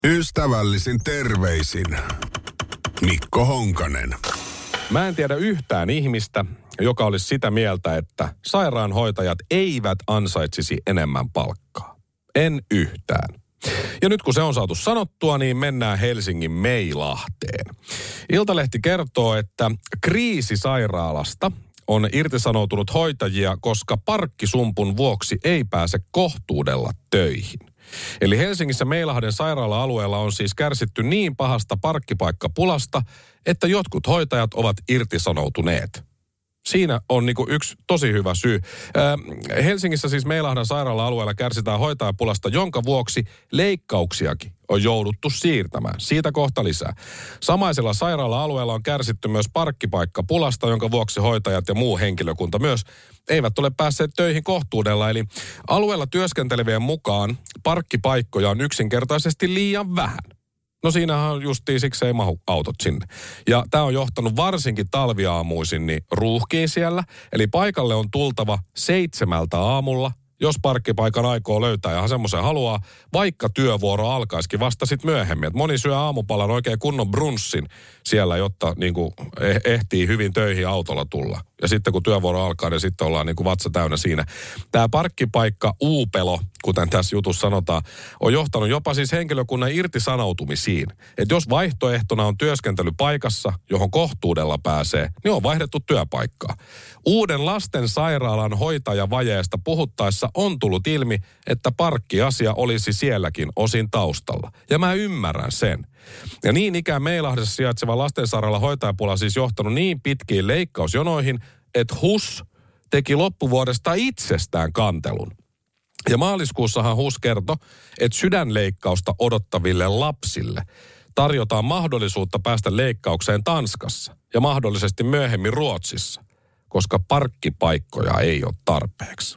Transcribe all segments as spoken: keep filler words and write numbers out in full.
Ystävällisin terveisin Mikko Honkanen. Mä en tiedä yhtään ihmistä, joka olisi sitä mieltä, että sairaanhoitajat eivät ansaitsisi enemmän palkkaa. En yhtään. Ja nyt kun se on saatu sanottua, niin mennään Helsingin Meilahteen. Iltalehti kertoo, että kriisisairaalasta on irtisanoutunut hoitajia, koska parkkisumpun vuoksi ei pääse kohtuudella töihin. Eli Helsingissä Meilahden sairaala-alueella on siis kärsitty niin pahasta parkkipaikkapulasta, että jotkut hoitajat ovat irtisanoutuneet. Siinä on niinku yksi tosi hyvä syy. Äh, Helsingissä siis Meilahden sairaala-alueella kärsitään hoitajapulasta, jonka vuoksi leikkauksiakin on jouduttu siirtämään. Siitä kohta lisää. Samaisella sairaala-alueella on kärsitty myös parkkipaikkapulasta, jonka vuoksi hoitajat ja muu henkilökunta myös eivät ole päässeet töihin kohtuudella. Eli alueella työskentelevien mukaan parkkipaikkoja on yksinkertaisesti liian vähän. No siinähän justiin siksi ei mahu autot sinne. Ja tämä on johtanut varsinkin talviaamuisin niin ruuhkiin siellä. Eli paikalle on tultava seitsemältä aamulla, jos parkkipaikan aikoo löytää ja semmoisen haluaa, vaikka työvuoro alkaisikin vasta sitten myöhemmin. Et moni syö aamupalan oikein kunnon brunssin siellä, jotta niin kuin ehtii hyvin töihin autolla tulla. Ja sitten kun työvuoro alkaa, niin sitten ollaan niin kuin vatsa täynnä siinä. Tämä parkkipaikka uupelo, kuten tässä jutussa sanotaan, on johtanut jopa siis henkilökunnan irtisanoutumisiin. Että jos vaihtoehtona on työskentely paikassa, johon kohtuudella pääsee, niin on vaihdettu työpaikkaa. Uuden lastensairaalan hoitajavajeesta puhuttaessa on tullut ilmi, että parkkiasia olisi sielläkin osin taustalla. Ja mä ymmärrän sen. Ja niin ikään Meilahdessa sijaitseva lastensairaalan hoitajapula siis johtanut niin pitkiin leikkausjonoihin, että H U S teki loppuvuodesta itsestään kantelun. Ja maaliskuussahan H U S kertoi, että sydänleikkausta odottaville lapsille tarjotaan mahdollisuutta päästä leikkaukseen Tanskassa ja mahdollisesti myöhemmin Ruotsissa, koska parkkipaikkoja ei ole tarpeeksi.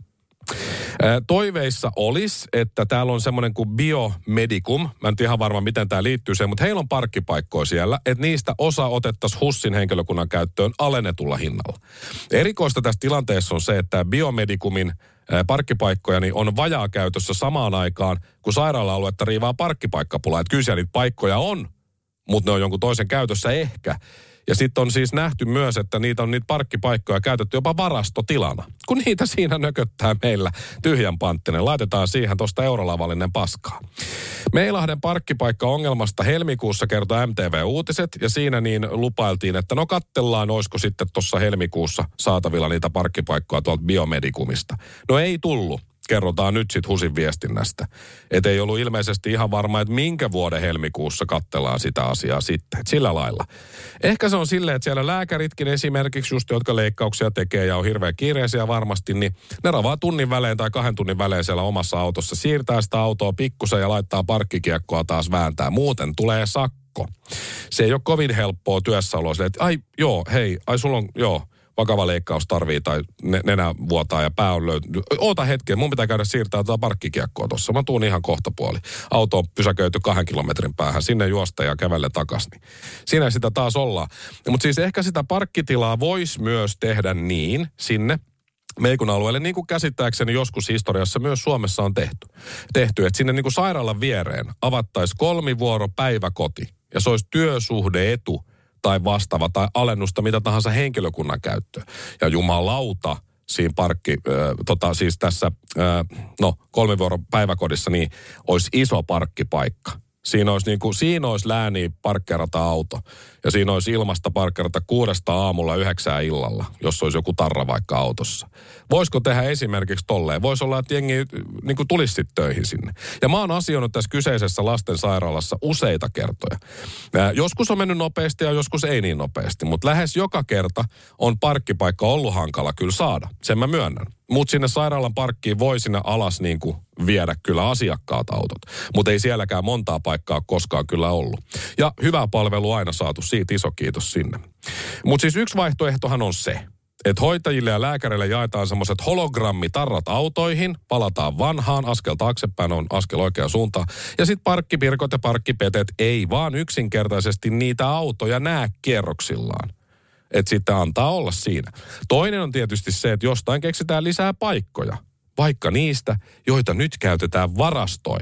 Toiveissa olisi, että täällä on semmoinen kuin Biomedicum. Mä en tiedä ihan varma, miten tämä liittyy siihen, mutta heillä on parkkipaikkoja siellä, että niistä osa otettaisiin H U Sin henkilökunnan käyttöön alennetulla hinnalla. Erikoista tässä tilanteessa on se, että Biomedicumin parkkipaikkoja niin on vajaa käytössä samaan aikaan, kun sairaala-aluetta riivaa parkkipaikkapula. Että kyllä siellä niitä paikkoja on, mutta ne on jonkun toisen käytössä ehkä. Ja sitten on siis nähty myös, että niitä on niitä parkkipaikkoja käytetty jopa varastotilana. Kun niitä siinä nököttää meillä tyhjän panttinen, laitetaan siihen tuosta eurolavallinen paskaa. Meilahden parkkipaikka-ongelmasta helmikuussa kertoi M T V-uutiset ja siinä niin lupailtiin, että no kattellaan, olisiko sitten tuossa helmikuussa saatavilla niitä parkkipaikkoja tuolta Biomedicumista. No ei tullut. Kerrotaan nyt sitten H U Sin viestinnästä. Että ei ollut ilmeisesti ihan varma, että minkä vuoden helmikuussa katsellaan sitä asiaa sitten. Et sillä lailla. Ehkä se on silleen, että siellä lääkäritkin esimerkiksi just, jotka leikkauksia tekee ja on hirveän kiireisiä varmasti, niin ne ravaa tunnin välein tai kahden tunnin välein siellä omassa autossa. Siirtää sitä autoa pikkusen ja laittaa parkkikiekkoa taas vääntää. Muuten tulee sakko. Se ei ole kovin helppoa työssäoloa silleen, että ai joo, hei, ai sulla on, joo. vakava leikkaus tarvii tai nenä vuotaa ja pää on löytynyt. Oota hetken, mun pitää käydä siirtää tuota parkkikiekkoa tuossa. Mä tuun ihan kohta puoli. Auto on pysäköity kahden kilometrin päähän. Sinne juosta ja kävelle takas. Niin siinä sitä taas ollaan. Mutta siis ehkä sitä parkkitilaa voisi myös tehdä niin sinne Meikun alueelle, niin kuin käsittääkseni joskus historiassa myös Suomessa on tehty. Tehty, että sinne niin kuin sairaalan viereen avattaisiin kolmivuoro päiväkoti ja se olisi työsuhde-etu tai vastaava tai alennusta mitä tahansa henkilökunnan käyttöön. Ja jumalauta siinä parkki, äh, tota siis tässä, äh, no kolmivuoron päiväkodissa, niin olisi iso parkkipaikka. Siinä olisi, niin kuin, siinä olisi lääniin parkkeerata auto. Ja siinä olisi ilmasta parkkeerata kuudesta aamulla yhdeksään illalla, jos olisi joku tarra vaikka autossa. Voisiko tehdä esimerkiksi tolleen? Voisi olla, että jengi niin kuin tulisi sitten töihin sinne. Ja mä oon asioinut tässä kyseisessä lastensairaalassa useita kertoja. Ää, joskus on mennyt nopeasti ja joskus ei niin nopeasti, mutta lähes joka kerta on parkkipaikka ollut hankala kyllä saada. Sen mä myönnän. Mutta sinne sairaalan parkkiin voi sinne alas niin kuin viedä kyllä asiakkaat autot. Mutta ei sielläkään montaa paikkaa koskaan kyllä ollut. Ja hyvää palvelua aina saatu, siitä iso kiitos sinne. Mutta siis yksi vaihtoehtohan on se, että hoitajille ja lääkäreille jaetaan semmoiset hologrammitarrat autoihin, palataan vanhaan, askel taaksepäin on askel oikeaan suuntaan. Ja sitten parkkipirkot ja parkkipetet ei vaan yksinkertaisesti niitä autoja näe kierroksillaan. Että sitten antaa olla siinä. Toinen on tietysti se, että jostain keksitään lisää paikkoja, vaikka niistä, joita nyt käytetään varastoina.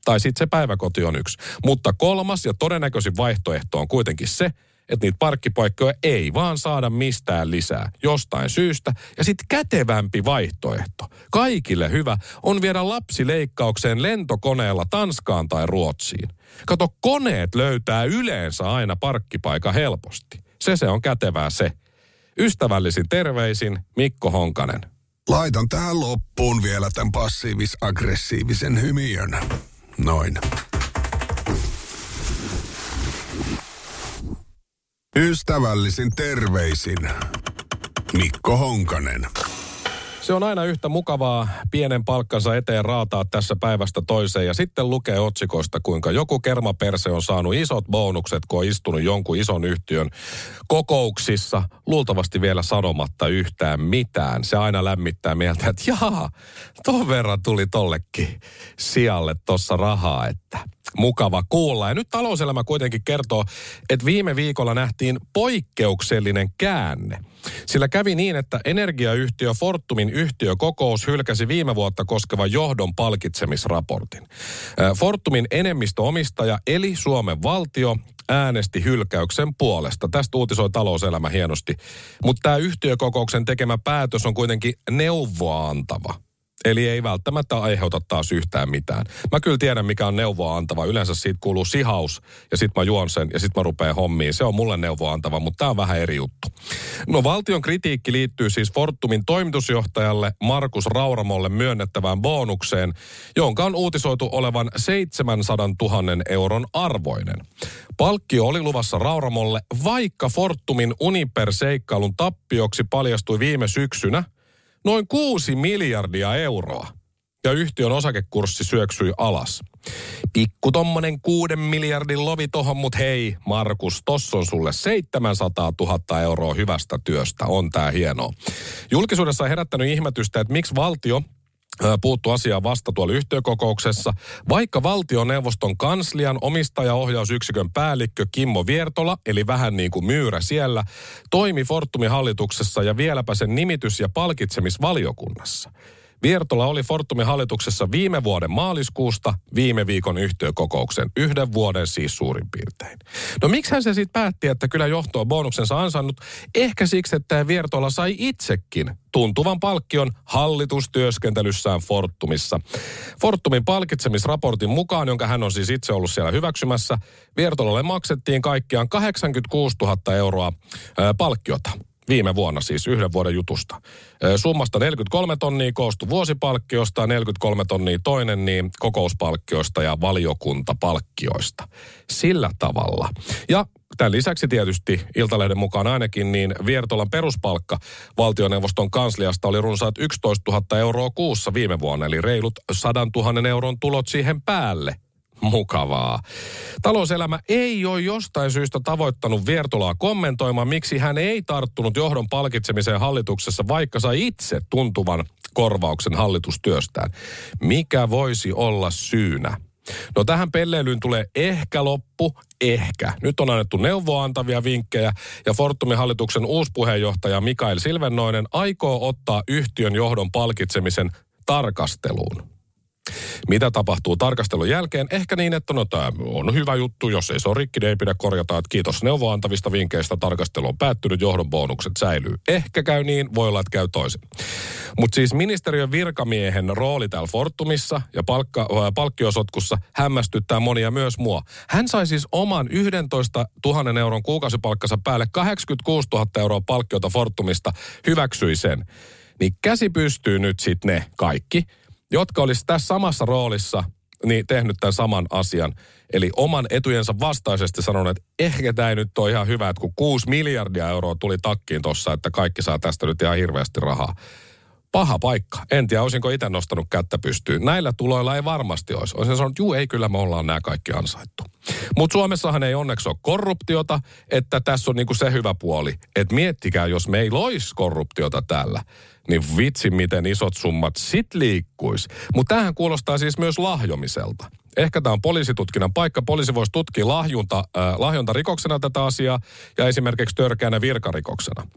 Tai sitten se päiväkoti on yksi. Mutta kolmas ja todennäköisin vaihtoehto on kuitenkin se, että niitä parkkipaikkoja ei vaan saada mistään lisää jostain syystä. Ja sitten kätevämpi vaihtoehto, kaikille hyvä, on viedä lapsi leikkaukseen lentokoneella Tanskaan tai Ruotsiin. Kato, koneet löytää yleensä aina parkkipaikan helposti. Se se on kätevää se. Ystävällisin terveisin Mikko Honkanen. Laitan tähän loppuun vielä tämän passiivis-aggressiivisen hymiön. Noin. Ystävällisin terveisin Mikko Honkanen. Se on aina yhtä mukavaa pienen palkkansa eteen raataa tässä päivästä toiseen ja sitten lukee otsikoista, kuinka joku kermaperse on saanut isot bonukset, kun on istunut jonkun ison yhtiön kokouksissa, luultavasti vielä sanomatta yhtään mitään. Se aina lämmittää mieltä, että jaa, ton verran tuli tollekin sijalle tossa rahaa, että mukava kuulla. Ja nyt talouselämä kuitenkin kertoo, että viime viikolla nähtiin poikkeuksellinen käänne. Sillä kävi niin, että energiayhtiö Fortumin yhtiökokous hylkäsi viime vuotta koskevan johdon palkitsemisraportin. Fortumin enemmistöomistaja eli Suomen valtio äänesti hylkäyksen puolesta. Tästä uutisoi talouselämä hienosti. Mutta tämä yhtiökokouksen tekemä päätös on kuitenkin neuvoa antava. Eli ei välttämättä aiheuta taas yhtään mitään. Mä kyllä tiedän, mikä on neuvoa antava. Yleensä siitä kuuluu sihaus, ja sit mä juon sen, ja sit mä rupean hommiin. Se on mulle neuvoa antava, mutta tää on vähän eri juttu. No valtion kritiikki liittyy siis Fortumin toimitusjohtajalle Markus Rauramolle myönnettävään bonukseen, jonka on uutisoitu olevan seitsemänsadantuhannen euron arvoinen. Palkkio oli luvassa Rauramolle, vaikka Fortumin Uniper-seikkailun tappioksi paljastui viime syksynä noin kuusi miljardia euroa. Ja yhtiön osakekurssi syöksyi alas. Pikku tommonen kuuden miljardin lovi tohon, mut hei Markus, tossa on sulle seitsemänsataatuhatta euroa hyvästä työstä. On tää hienoa. Julkisuudessa on herättänyt ihmetystä, että miksi valtio puuttu asiaan vasta tuolla yhtiökokouksessa, vaikka valtioneuvoston kanslian omistajaohjausyksikön päällikkö Kimmo Viertola, eli vähän niin kuin myyrä siellä, toimi Fortumin hallituksessa ja vieläpä sen nimitys- ja palkitsemisvaliokunnassa. Viertola oli Fortumin hallituksessa viime vuoden maaliskuusta viime viikon yhtiökokouksen. Yhden vuoden siis suurin piirtein. No miksihän se sitten päätti, että kyllä johto on bonuksensa ansainnut? Ehkä siksi, että Viertola sai itsekin tuntuvan palkkion hallitustyöskentelyssään Fortumissa. Fortumin palkitsemisraportin mukaan, jonka hän on siis itse ollut siellä hyväksymässä, Viertolalle maksettiin kaikkiaan kahdeksankymmentäkuusituhatta euroa ää, palkkiota. Viime vuonna siis yhden vuoden jutusta. Summasta neljäkymmentäkolme tonnia koostui vuosipalkkiosta, neljäkymmentäkolme tonnia toinen niin kokouspalkkioista ja valiokuntapalkkioista. Sillä tavalla. Ja tämän lisäksi tietysti Iltalehden mukaan ainakin niin Viertolan peruspalkka valtioneuvoston kansliasta oli runsaat yksitoistatuhatta euroa kuussa viime vuonna, eli reilut sadantuhannen euron tulot siihen päälle. Mukavaa. Talouselämä ei ole jostain syystä tavoittanut Viertolaa kommentoimaan, miksi hän ei tarttunut johdon palkitsemiseen hallituksessa, vaikka sai itse tuntuvan korvauksen hallitustyöstään. Mikä voisi olla syynä? No tähän pelleilyyn tulee ehkä loppu, ehkä. Nyt on annettu neuvoa antavia vinkkejä ja Fortumin hallituksen uusi puheenjohtaja Mikael Silvennoinen aikoo ottaa yhtiön johdon palkitsemisen tarkasteluun. Mitä tapahtuu tarkastelun jälkeen? Ehkä niin, että no tämä on hyvä juttu, jos ei se ole rikki, niin ei pidä korjata, että kiitos neuvoantavista vinkkeistä, tarkastelu on päättynyt, johdon bonukset säilyy. Ehkä käy niin, voi olla, että käy toisin. Mutta siis ministeriön virkamiehen rooli täällä Fortumissa ja palkka, äh, palkkiosotkussa hämmästyttää monia myös mua. Hän sai siis oman yksitoista tuhatta euron kuukausipalkkansa päälle kahdeksankymmentäkuusituhatta euroa palkkiota Fortumista, hyväksyi sen. Niin käsi pystyy nyt sitten ne kaikki, jotka olisi tässä samassa roolissa niin tehnyt tämän saman asian. Eli oman etujensa vastaisesti sanonut, että ehkä tämä ei nyt ole ihan hyvä, että kun kuusi miljardia euroa tuli takkiin tuossa, että kaikki saa tästä nyt ihan hirveästi rahaa. Paha paikka. En tiedä, olisinko itse nostanut kättä pystyyn. Näillä tuloilla ei varmasti olisi. Olisin sanonut, juu, ei kyllä me ollaan nämä kaikki ansaittu. Mutta Suomessahan ei onneksi ole korruptiota, että tässä on niinku se hyvä puoli. Että miettikää, jos meillä olisi korruptiota täällä, niin vitsi miten isot summat sit liikkuisi. Mutta tämähän kuulostaa siis myös lahjomiselta. Ehkä tämä on poliisitutkinnan paikka. Poliisi voisi tutkia lahjunta, äh, lahjontarikoksena tätä asiaa ja esimerkiksi törkeänä virkarikoksena.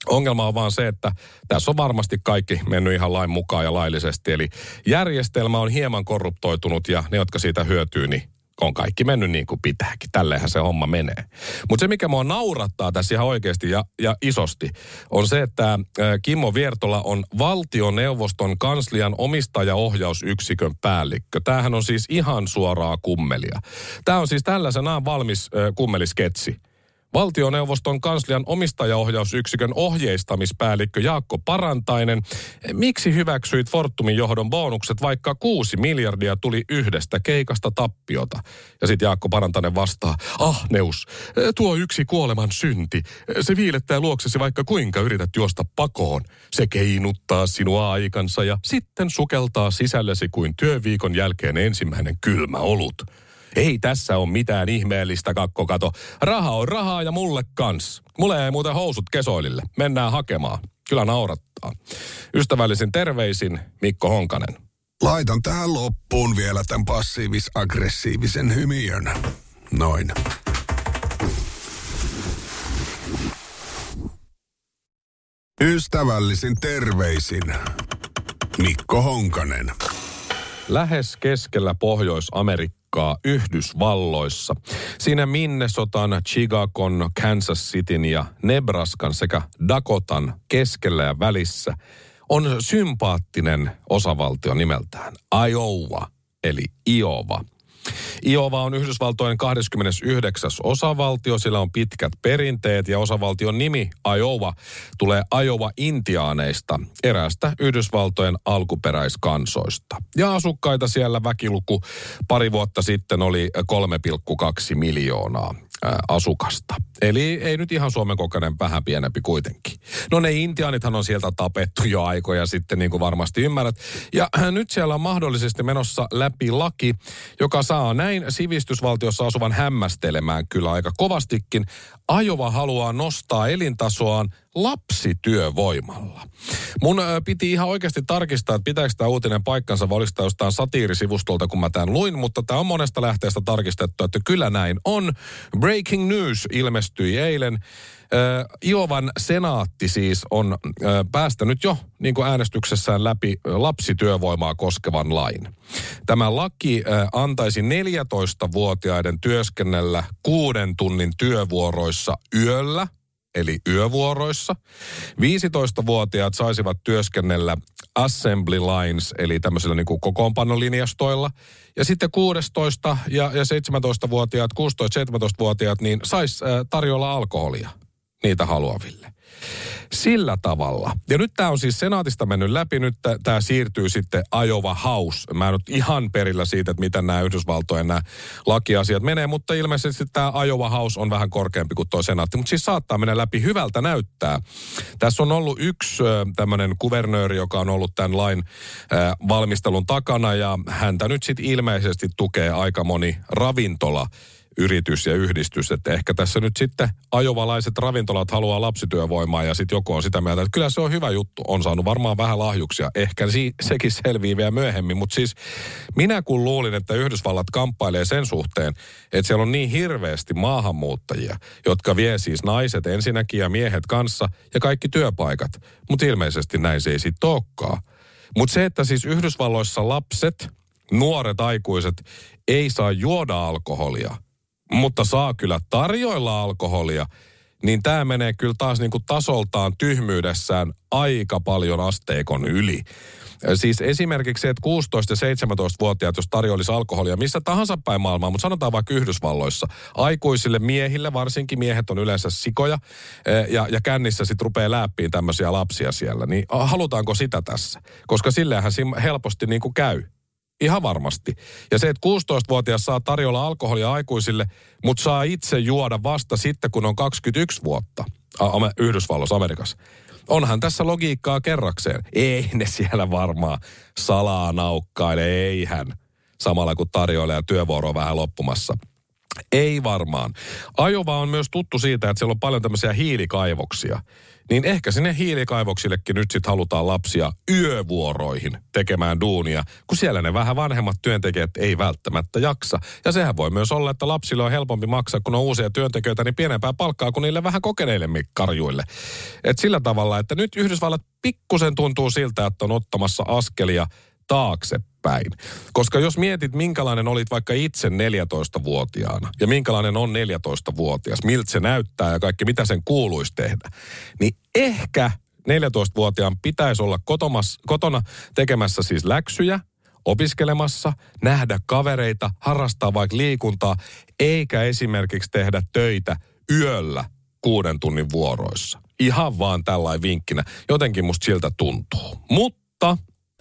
Ongelma on vaan se, että tässä on varmasti kaikki mennyt ihan lain mukaan ja laillisesti. Eli järjestelmä on hieman korruptoitunut ja ne, jotka siitä hyötyy, niin on kaikki mennyt niin kuin pitääkin. Tälleenhän se homma menee. Mutta se, mikä mua naurattaa tässä ihan oikeasti ja, ja isosti, on se, että Kimmo Viertola on valtioneuvoston kanslian omistajaohjausyksikön päällikkö. Tämähän on siis ihan suoraa kummelia. Tämä on siis tällaisenaan valmis äh, kummelisketsi. Valtioneuvoston kanslian omistajaohjausyksikön ohjeistamispäällikkö Jaakko Parantainen. Miksi hyväksyit Fortumin johdon bonukset, vaikka kuusi miljardia tuli yhdestä keikasta tappiota? Ja sitten Jaakko Parantainen vastaa, ah Neus, tuo yksi kuoleman synti. Se viilettää luoksesi vaikka kuinka yrität juosta pakoon. Se keinuttaa sinua aikansa ja sitten sukeltaa sisällesi kuin työviikon jälkeen ensimmäinen kylmä olut. Ei tässä ole mitään ihmeellistä, kakko, kato. Raha on rahaa ja mulle kans. Mulle ei muuten housut kesoilille. Mennään hakemaan. Kyllä naurattaa. Ystävällisin terveisin Mikko Honkanen. Laitan tähän loppuun vielä tämän passiivis-aggressiivisen hymiön. Noin. Ystävällisin terveisin Mikko Honkanen. Lähes keskellä Pohjois-Amerikkaa Yhdysvalloissa. Siinä Minnesotan, Chicagon, Kansas Cityn ja Nebraskan sekä Dakotan keskellä ja välissä on sympaattinen osavaltio nimeltään Iowa, eli Iowa. Iowa on Yhdysvaltojen kaksikymmentäyhdeksäs osavaltio, sillä on pitkät perinteet ja osavaltion nimi Iowa tulee Iowa-intiaaneista, eräästä Yhdysvaltojen alkuperäiskansoista. Ja asukkaita siellä väkiluku pari vuotta sitten oli kolme pilkku kaksi miljoonaa asukasta. Eli ei nyt ihan Suomen kokoinen, vähän pienempi kuitenkin. No ne intiaanithan on sieltä tapettu jo aikoja sitten, niin kuin varmasti ymmärrät. Ja nyt siellä on mahdollisesti menossa läpi laki, joka saa näin sivistysvaltiossa asuvan hämmästelemään kyllä aika kovastikin. Iowa haluaa nostaa elintasoaan lapsityövoimalla. Mun ö, piti ihan oikeasti tarkistaa, että pitääkö tämä uutinen paikkansa, vai oliko tämä jostain satiirisivustolta, kun mä tämän luin, mutta tämä on monesta lähteestä tarkistettu, että kyllä näin on. Breaking news ilmestyi eilen. Ö, Iowan senaatti siis on ö, päästänyt jo niin kuin äänestyksessään läpi lapsityövoimaa koskevan lain. Tämä laki ö, antaisi neljätoistavuotiaiden työskennellä kuuden tunnin työvuoroissa yöllä, eli yövuoroissa. viisitoistavuotiaat saisivat työskennellä assembly lines, eli tämmöisillä niin kuin kokoonpanolinjastoilla. Ja sitten kuusitoista- ja, ja seitsemäntoistavuotiaat, kuusitoista-seitsemäntoistavuotiaat, niin sais äh, tarjolla alkoholia niitä haluaville. Sillä tavalla. Ja nyt tämä on siis senaatista mennyt läpi, nyt tämä siirtyy sitten Iowa House. Mä en nyt ihan perillä siitä, että miten nämä Yhdysvaltojen nämä lakiasiat menee, mutta ilmeisesti tämä Iowa House on vähän korkeampi kuin tuo senaatti. Mutta siis saattaa mennä läpi, hyvältä näyttää. Tässä on ollut yksi tämmöinen kuvernööri, joka on ollut tämän lain äh, valmistelun takana, ja häntä nyt sitten ilmeisesti tukee aika moni ravintola yritys ja yhdistys, että ehkä tässä nyt sitten ajovalaiset ravintolat haluaa lapsityövoimaa ja sitten joku on sitä mieltä, että kyllä se on hyvä juttu, on saanut varmaan vähän lahjuksia, ehkä si- sekin selviää vielä myöhemmin, mutta siis minä kun luulin, että Yhdysvallat kamppailee sen suhteen, että siellä on niin hirveästi maahanmuuttajia, jotka vie siis naiset ensinnäkin ja miehet kanssa ja kaikki työpaikat, mutta ilmeisesti näin se ei sitten olekaan. Mutta se, että siis Yhdysvalloissa lapset, nuoret aikuiset ei saa juoda alkoholia, mutta saa kyllä tarjoilla alkoholia, niin tämä menee kyllä taas niin kuin tasoltaan tyhmyydessään aika paljon asteikon yli. Siis esimerkiksi se, että kuusitoista- ja seitsemäntoistavuotiaat, jos tarjoilisi alkoholia missä tahansa päin maailmaa, mutta sanotaan vaikka Yhdysvalloissa, aikuisille miehille, varsinkin miehet on yleensä sikoja, ja, ja kännissä sitten rupeaa läppiin tämmöisiä lapsia siellä, niin halutaanko sitä tässä? Koska silleenhän siinä helposti niin kuin käy. Ihan varmasti. Ja se, että kuusitoistavuotias saa tarjolla alkoholia aikuisille, mutta saa itse juoda vasta sitten, kun on kaksikymmentäyksi vuotta Yhdysvalloissa, Amerikassa. Onhan tässä logiikkaa kerrakseen. Ei ne siellä varmaan salaa naukkaile, eihän. Samalla kun tarjoilee ja työvuoro on vähän loppumassa. Ei varmaan. Ajova on myös tuttu siitä, että siellä on paljon tämmöisiä hiilikaivoksia. Niin ehkä sinne hiilikaivoksillekin nyt sitten halutaan lapsia yövuoroihin tekemään duunia, kun siellä ne vähän vanhemmat työntekijät ei välttämättä jaksa. Ja sehän voi myös olla, että lapsille on helpompi maksaa, kun on uusia työntekijöitä, niin pienempää palkkaa kuin niille vähän kokeneille karjuille. Et sillä tavalla, että nyt Yhdysvallat pikkusen tuntuu siltä, että on ottamassa askelia taaksepäin. Koska jos mietit, minkälainen olit vaikka itse neljätoistavuotiaana ja minkälainen on neljätoistavuotias, miltä se näyttää ja kaikki, mitä sen kuuluisi tehdä, niin ehkä neljätoistavuotiaan pitäisi olla kotomas, kotona tekemässä siis läksyjä, opiskelemassa, nähdä kavereita, harrastaa vaikka liikuntaa, eikä esimerkiksi tehdä töitä yöllä kuuden tunnin vuoroissa. Ihan vaan tällainen vinkkinä. Jotenkin musta siltä tuntuu. Mutta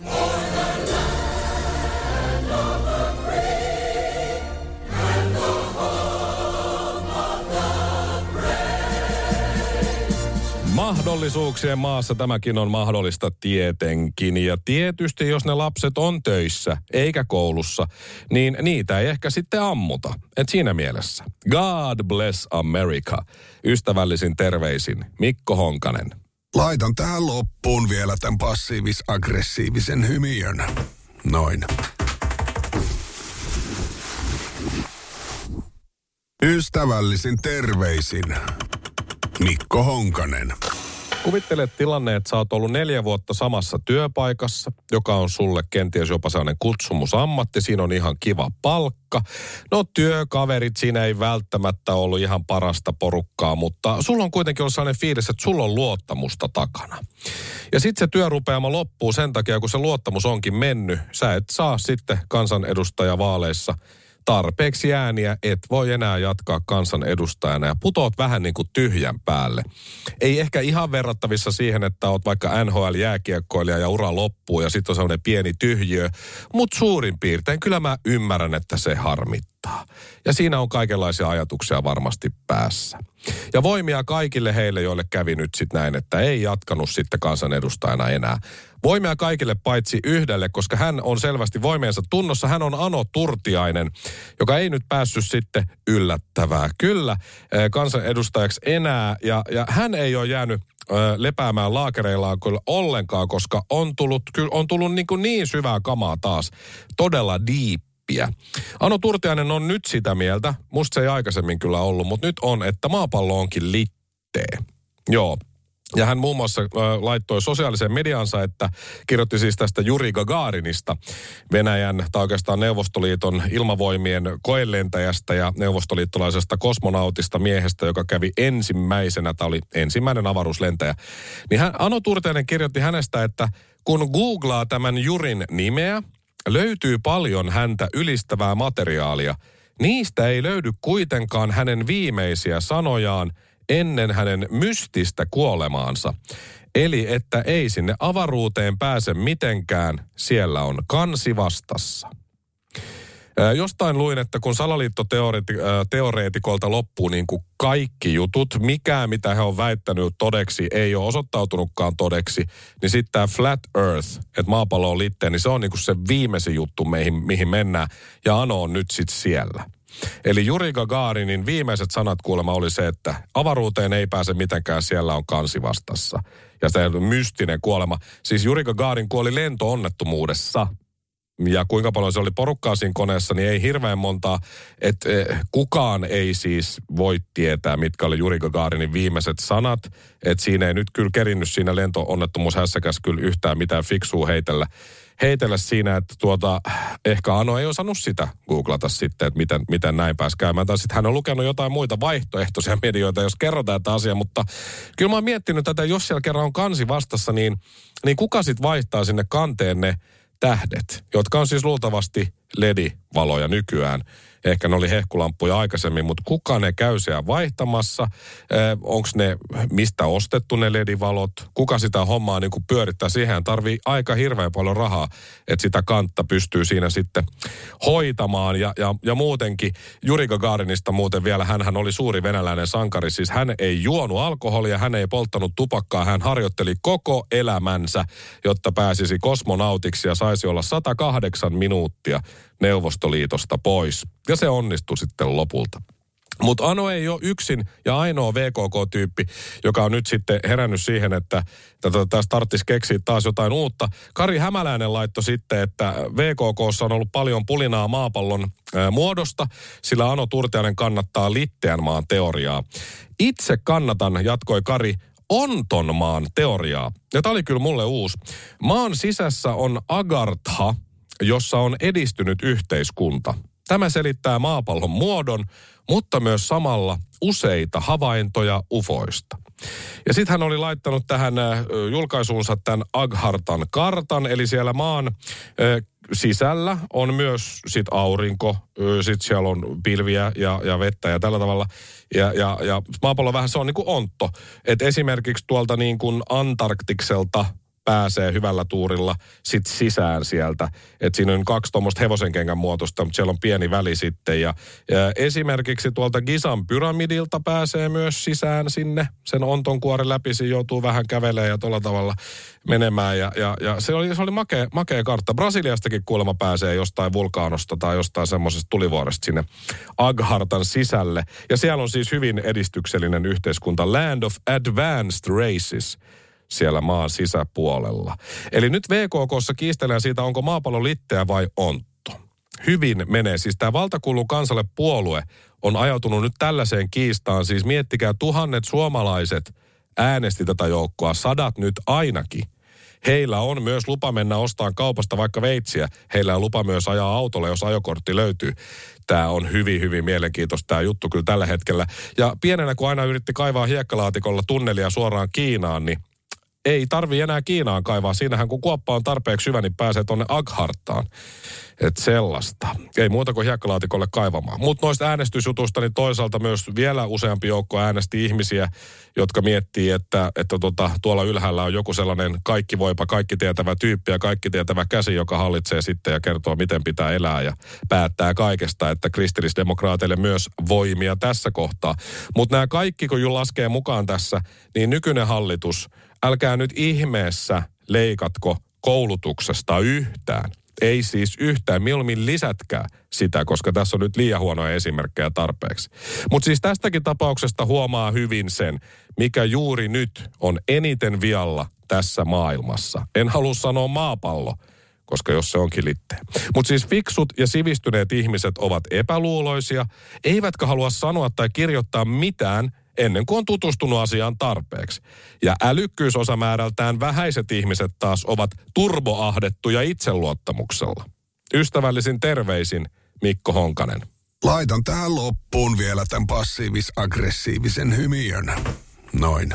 mahdollisuuksien maassa tämäkin on mahdollista tietenkin. Ja tietysti, jos ne lapset on töissä eikä koulussa, niin niitä ei ehkä sitten ammuta. Et siinä mielessä. God bless America. Ystävällisin terveisin Mikko Honkanen. Laitan tähän loppuun vielä tämän passiivis-aggressiivisen hymiön. Noin. Ystävällisin terveisin Mikko Honkanen. Kuvittele tilanne, että sä oot ollut neljä vuotta samassa työpaikassa, joka on sulle kenties jopa sellainen kutsumusammatti. Siinä on ihan kiva palkka. No työkaverit, siinä ei välttämättä ollut ihan parasta porukkaa, mutta sulla on kuitenkin ollut sellainen fiilis, että sulla on luottamusta takana. Ja sitten se työrupeama loppuu sen takia, kun se luottamus onkin mennyt. Sä et saa sitten kansanedustajavaaleissa tarpeeksi ääniä, et voi enää jatkaa kansanedustajana ja putoat vähän niin kuin tyhjän päälle. Ei ehkä ihan verrattavissa siihen, että oot vaikka N H L-jääkiekkoilija ja ura loppuu ja sitten on sellainen pieni tyhjiö, mutta suurin piirtein kyllä mä ymmärrän, että se harmittaa. Ja siinä on kaikenlaisia ajatuksia varmasti päässä. Ja voimia kaikille heille, joille kävi nyt sitten näin, että ei jatkanut sitten kansanedustajana enää. Voimia kaikille paitsi yhdelle, koska hän on selvästi voimiensa tunnossa. Hän on Ano Turtiainen, joka ei nyt päässyt sitten yllättävää kyllä kansanedustajaksi enää. Ja, ja hän ei ole jäänyt lepäämään laakereillaan kyllä ollenkaan, koska on tullut, kyllä on tullut niin, kuin niin syvää kamaa taas. Todella diippiä. Ano Turtiainen on nyt sitä mieltä, musta se ei aikaisemmin kyllä ollut, mutta nyt on, että maapallo onkin littee. Joo. Ja hän muun muassa äh, laittoi sosiaaliseen mediansa, että kirjoitti siis tästä Juri Gagarinista, Venäjän tai oikeastaan Neuvostoliiton ilmavoimien koelentäjästä ja neuvostoliittolaisesta kosmonautista miehestä, joka kävi ensimmäisenä, tai oli ensimmäinen avaruuslentäjä. Niin hän, Ano Turtiainen kirjoitti hänestä, että kun googlaa tämän Jurin nimeä, löytyy paljon häntä ylistävää materiaalia. Niistä ei löydy kuitenkaan hänen viimeisiä sanojaan ennen hänen mystistä kuolemaansa. Eli että ei sinne avaruuteen pääse mitenkään, siellä on kansi vastassa. Ää, jostain luin, että kun salaliittoteoreetikolta loppuu niin kuin kaikki jutut, mikään mitä he on väittänyt todeksi ei ole osoittautunutkaan todeksi, niin sitten tämä flat earth, että maapallo on litteen, niin se on niin kuin se viimeisin juttu, mihin, mihin mennään. Ja Ano on nyt sitten siellä. Eli Juri Gagarinin viimeiset sanat kuulemma oli se, että avaruuteen ei pääse mitenkään, siellä on kansi vastassa. Ja se mystinen kuolema. Siis Juri Gagarin kuoli lento-onnettomuudessa. Ja kuinka paljon se oli porukkaa siinä koneessa, niin ei hirveän montaa. Että eh, kukaan ei siis voi tietää, mitkä oli Juri Gagarinin viimeiset sanat. Että siinä ei nyt kyllä kerinnyt siinä lento-onnettomuushässäkäs kyllä yhtään mitään fiksua heitellä. heitellä siinä, että tuota, ehkä Ano ei osannut sitä googlata sitten, että miten, miten näin pääsi käymään. Tai sitten hän on lukenut jotain muita vaihtoehtoisia medioita, jos kerrotaan tätä asiaa. Mutta kyllä mä oon miettinyt tätä, jos siellä kerran on kansi vastassa, niin, niin kuka sitten vaihtaa sinne kanteen ne tähdet, jotka on siis luultavasti L E D-valoja nykyään. Ehkä ne oli hehkulampuja aikaisemmin, mutta kuka ne käy siellä vaihtamassa? Eh, Onko ne, mistä ostettu ne L E D-valot? Kuka sitä hommaa niin kuin pyörittää? Siihen tarvii aika hirveän paljon rahaa, että sitä kantta pystyy siinä sitten hoitamaan. Ja, ja, ja muutenkin Juri Gagarinista muuten vielä, hänhän oli suuri venäläinen sankari. Siis hän ei juonut alkoholia, hän ei polttanut tupakkaa. Hän harjoitteli koko elämänsä, jotta pääsisi kosmonautiksi ja saisi olla sata kahdeksan minuuttia Neuvostoliitosta pois. Ja se onnistui sitten lopulta. Mutta Ano ei ole yksin ja ainoa V K K-tyyppi, joka on nyt sitten herännyt siihen, että tässä tarvitsisi keksiä taas jotain uutta. Kari Hämäläinen laittoi sitten, että V K K:ssa on ollut paljon pulinaa maapallon ää, muodosta, sillä Ano Turtiainen kannattaa Litteänmaan teoriaa. Itse kannatan, jatkoi Kari, Ontonmaan teoriaa. Ja tämä oli kyllä mulle uusi. Maan sisässä on Agartha, jossa on edistynyt yhteiskunta. Tämä selittää maapallon muodon, mutta myös samalla useita havaintoja ufoista. Ja sitten hän oli laittanut tähän julkaisuunsa tämän Aghartan kartan, eli siellä maan sisällä on myös sit aurinko, sitten siellä on pilviä ja, ja vettä ja tällä tavalla. Ja, ja, ja maapallo vähän se on niin kuin ontto. Et esimerkiksi tuolta niin kuin Antarktikselta pääsee hyvällä tuurilla sit sisään sieltä. Että siinä on kaksi tuommoista hevosenkengän muotoista, mutta siellä on pieni väli sitten. Ja, ja esimerkiksi tuolta Gizan pyramidilta pääsee myös sisään sinne. Sen ontonkuoren läpi siinä joutuu vähän kävelemään ja tuolla tavalla menemään. Ja, ja, ja se oli, se oli makea, makea kartta. Brasiliastakin kuulemma pääsee jostain vulkaanosta tai jostain semmoisesta tulivuoresta sinne Aghartan sisälle. Ja siellä on siis hyvin edistyksellinen yhteiskunta. Land of Advanced Races siellä maan sisäpuolella. Eli nyt V K K:ssa kiistellään siitä, onko maapallo litteä vai ontto. Hyvin menee. Siis tämä Valtakullun kansalle puolue on ajautunut nyt tällaiseen kiistaan. Siis miettikää, tuhannet suomalaiset äänesti tätä joukkoa, sadat nyt ainakin. Heillä on myös lupa mennä ostamaan kaupasta vaikka veitsiä. Heillä on lupa myös ajaa autolla, jos ajokortti löytyy. Tämä on hyvin, hyvin mielenkiintoista tämä juttu kyllä tällä hetkellä. Ja pienenä, kun aina yritti kaivaa hiekkalaatikolla tunnelia suoraan Kiinaan, niin ei tarvi enää Kiinaan kaivaa. Siinähän kun kuoppa on tarpeeksi hyvä, niin pääsee tuonne Aghartaan. Että sellaista. Ei muuta kuin hiekkalaatikolle kaivamaan. Mutta noista äänestysjutuista, niin toisaalta myös vielä useampi joukko äänesti ihmisiä, jotka miettii, että, että tota, tuolla ylhäällä on joku sellainen kaikki voipa, kaikki tietävä tyyppi ja kaikki tietävä käsi, joka hallitsee sitten ja kertoo, miten pitää elää ja päättää kaikesta, että kristillisdemokraateille myös voimia tässä kohtaa. Mutta nämä kaikki, kun ju laskee mukaan tässä, niin nykyinen hallitus, älkää nyt ihmeessä leikatko koulutuksesta yhtään. Ei siis yhtään, mieluummin lisätkää sitä, koska tässä on nyt liian huonoja esimerkkejä tarpeeksi. Mutta siis tästäkin tapauksesta huomaa hyvin sen, mikä juuri nyt on eniten vialla tässä maailmassa. En halua sanoa maapallo, koska jos se onkin litteä. Mutta siis fiksut ja sivistyneet ihmiset ovat epäluuloisia, eivätkä halua sanoa tai kirjoittaa mitään ennen kuin on tutustunut asiaan tarpeeksi. Ja älykkyysosamäärältään vähäiset ihmiset taas ovat turboahdettuja itseluottamuksella. Ystävällisin terveisin Mikko Honkanen. Laitan tähän loppuun vielä tämän passiivis-aggressiivisen hymiön. Noin.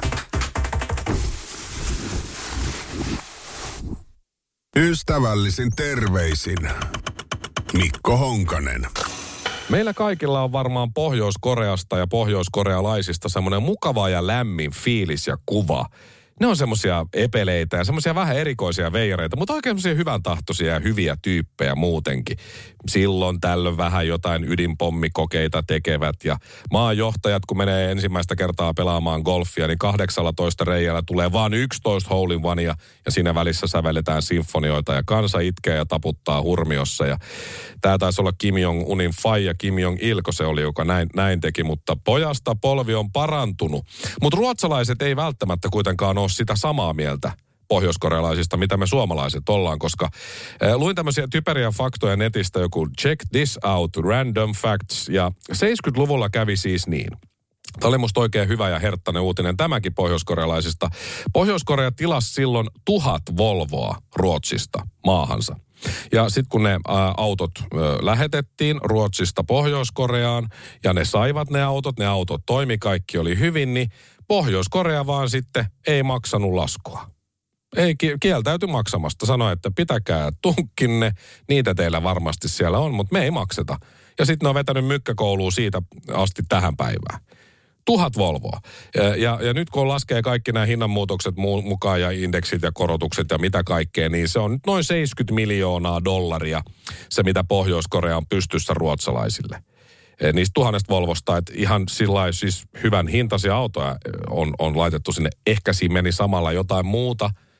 Ystävällisin terveisin Mikko Honkanen. Meillä kaikilla on varmaan Pohjois-Koreasta ja pohjoiskorealaisista semmoinen mukava ja lämmin fiilis ja kuva. Ne on semmoisia epeleitä ja semmoisia vähän erikoisia veijareita, mutta oikein semmoisia hyvän tahtoisia ja hyviä tyyppejä muutenkin. Silloin tällöin vähän jotain ydinpommikokeita tekevät ja maanjohtajat, kun menee ensimmäistä kertaa pelaamaan golfia, niin kahdeksallatoista reijällä tulee vaan yksitoista hole in onea ja siinä välissä sävelletään sinfonioita ja kansa itkee ja taputtaa hurmiossa. Ja tämä taisi olla Kim Jong-unin faija, Kim Jong-il, se oli, joka näin, näin teki, mutta pojasta polvi on parantunut. Mutta ruotsalaiset ei välttämättä kuitenkaan ole sitä samaa mieltä pohjoiskorealaisista, mitä me suomalaiset ollaan, koska eh, luin tämmöisiä typeriä faktoja netistä, joku Check This Out, Random Facts, ja seitsemänkymmentäluvulla kävi siis niin. Tämä oli musta oikein hyvä ja herttainen uutinen tämäkin pohjoiskorealaisista. Pohjois-Korea tilasi silloin tuhat Volvoa Ruotsista maahansa. Ja sitten kun ne ä, autot ä, lähetettiin Ruotsista Pohjois-Koreaan ja ne saivat ne autot, ne autot toimi, kaikki oli hyvin, niin Pohjois-Korea vaan sitten ei maksanut laskua. Ei kieltäyty maksamasta. Sanoi, että pitäkää tunkkinne, niitä teillä varmasti siellä on, mutta me ei makseta. Ja sitten ne on vetänyt mykkäkouluun siitä asti tähän päivään. Tuhat Volvoa. Ja, ja, ja nyt kun laskee kaikki nämä hinnanmuutokset mukaan ja indeksit ja korotukset ja mitä kaikkea, niin se on nyt noin seitsemänkymmentä miljoonaa dollaria se, mitä Pohjois-Korea on pystyssä ruotsalaisille. Niistä tuhannesta Volvosta, että ihan sillä siis hyvän hintaisia autoja on, on laitettu sinne. Ehkä siinä meni samalla jotain muuta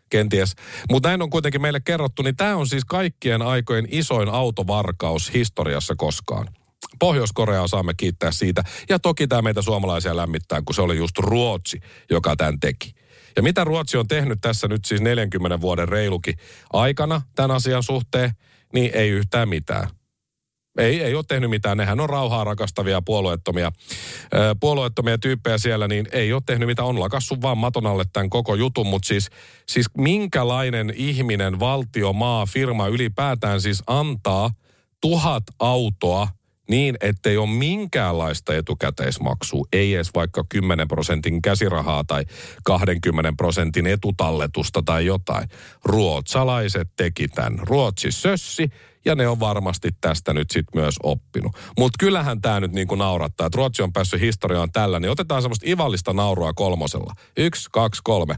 kenties. Mutta näin on kuitenkin meille kerrottu, niin tämä on siis kaikkien aikojen isoin autovarkaus historiassa koskaan. Pohjois-Koreaa saamme kiittää siitä. Ja toki tämä meitä suomalaisia lämmittää, kun se oli just Ruotsi, joka tämän teki. Ja mitä Ruotsi on tehnyt tässä nyt siis neljänkymmenen vuoden reilukin aikana tämän asian suhteen, niin ei yhtään mitään. Ei, ei ole tehnyt mitään. Nehän on rauhaa rakastavia puolueettomia, ö, puolueettomia tyyppejä siellä, niin ei ole tehnyt mitään. On lakassu vaan maton alle tämän koko jutun, mutta siis, siis minkälainen ihminen, valtio, maa, firma ylipäätään siis antaa tuhat autoa niin, ettei ole minkäänlaista etukäteismaksua, ei edes vaikka kymmenen prosentin käsirahaa tai kaksikymmentä prosentin etutalletusta tai jotain. Ruotsalaiset teki tämän. Ruotsi sössi ja ne on varmasti tästä nyt sitten myös oppinut. Mutta kyllähän tämä nyt niinku naurattaa, että Ruotsi on päässyt historiaan tällä, niin otetaan semmoista ivallista naurua kolmosella. Yksi, kaksi, kolme.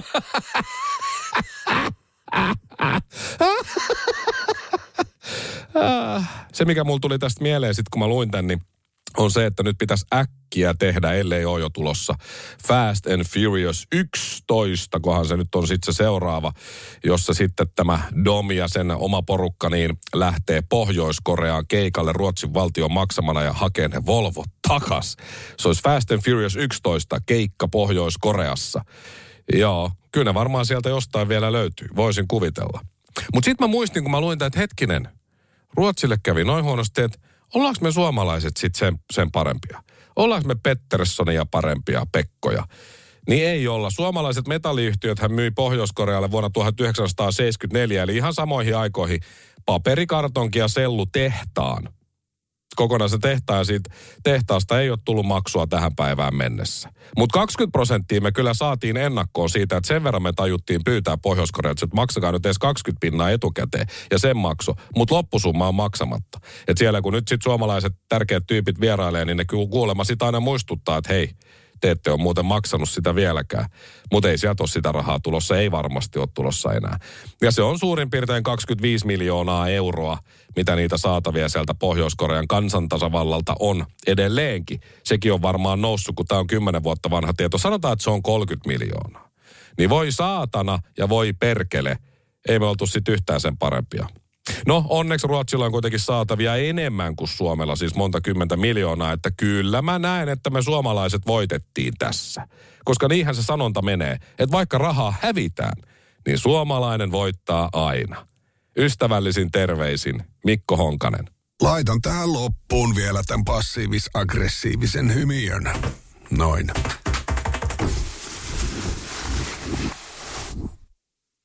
Se, mikä mulla tuli tästä mieleen sitten, kun mä luin tän, niin on se, että nyt pitäisi äkkiä tehdä, ellei ole jo tulossa Fast and Furious yksitoista, kohan se nyt on sitten se seuraava, jossa sitten tämä Dom ja sen oma porukka niin lähtee Pohjois-Koreaan keikalle Ruotsin valtion maksamana ja hakee ne Volvot takas. Se olisi Fast and Furious yksitoista, keikka Pohjois-Koreassa. Joo, kyllä ne varmaan sieltä jostain vielä löytyy, voisin kuvitella. Mutta sitten mä muistin, kun mä luin tämän, että hetkinen, Ruotsille kävi noin huonosti, että ollaanko me suomalaiset sitten sen, sen parempia? Ollaanko me Petterssonia parempia, Pekkoja? Niin ei olla. Suomalaiset metalliyhtiöt hän myi Pohjois-Korealle vuonna tuhatyhdeksänsataaseitsemänkymmentäneljä, eli ihan samoihin aikoihin paperikartonki ja sellutehtaan. Kokonaisen tehtaan siitä tehtaasta ei ole tullut maksua tähän päivään mennessä. Mutta kaksikymmentä prosenttia me kyllä saatiin ennakkoon siitä, että sen verran me tajuttiin pyytää Pohjois-Korealta, että maksakaa nyt edes kaksikymmentä pinnaa etukäteen ja sen makso. Mutta loppusumma on maksamatta. Että siellä kun nyt sitten suomalaiset tärkeät tyypit vierailee, niin ne kuulemma sitä aina muistuttaa, että hei, te ette ole muuten maksanut sitä vieläkään. Mutta ei sieltä ole sitä rahaa tulossa, ei varmasti ole tulossa enää. Ja se on suurin piirtein kaksikymmentäviisi miljoonaa euroa, mitä niitä saatavia sieltä Pohjois-Korean kansantasavallalta on edelleenkin. Sekin on varmaan noussut, kun tämä on kymmenen vuotta vanha tieto. Sanotaan, että se on kolmekymmentä miljoonaa. Niin voi saatana ja voi perkele. Ei me oltu sitten yhtään sen parempia. No, onneksi Ruotsilla on kuitenkin saatavia enemmän kuin Suomella, siis monta kymmentä miljoonaa, että kyllä mä näen, että me suomalaiset voitettiin tässä. Koska niinhän se sanonta menee, että vaikka rahaa hävitään, niin suomalainen voittaa aina. Ystävällisin terveisin, Mikko Honkanen. Laitan tähän loppuun vielä tämän passiivis-aggressiivisen hymiön. Noin.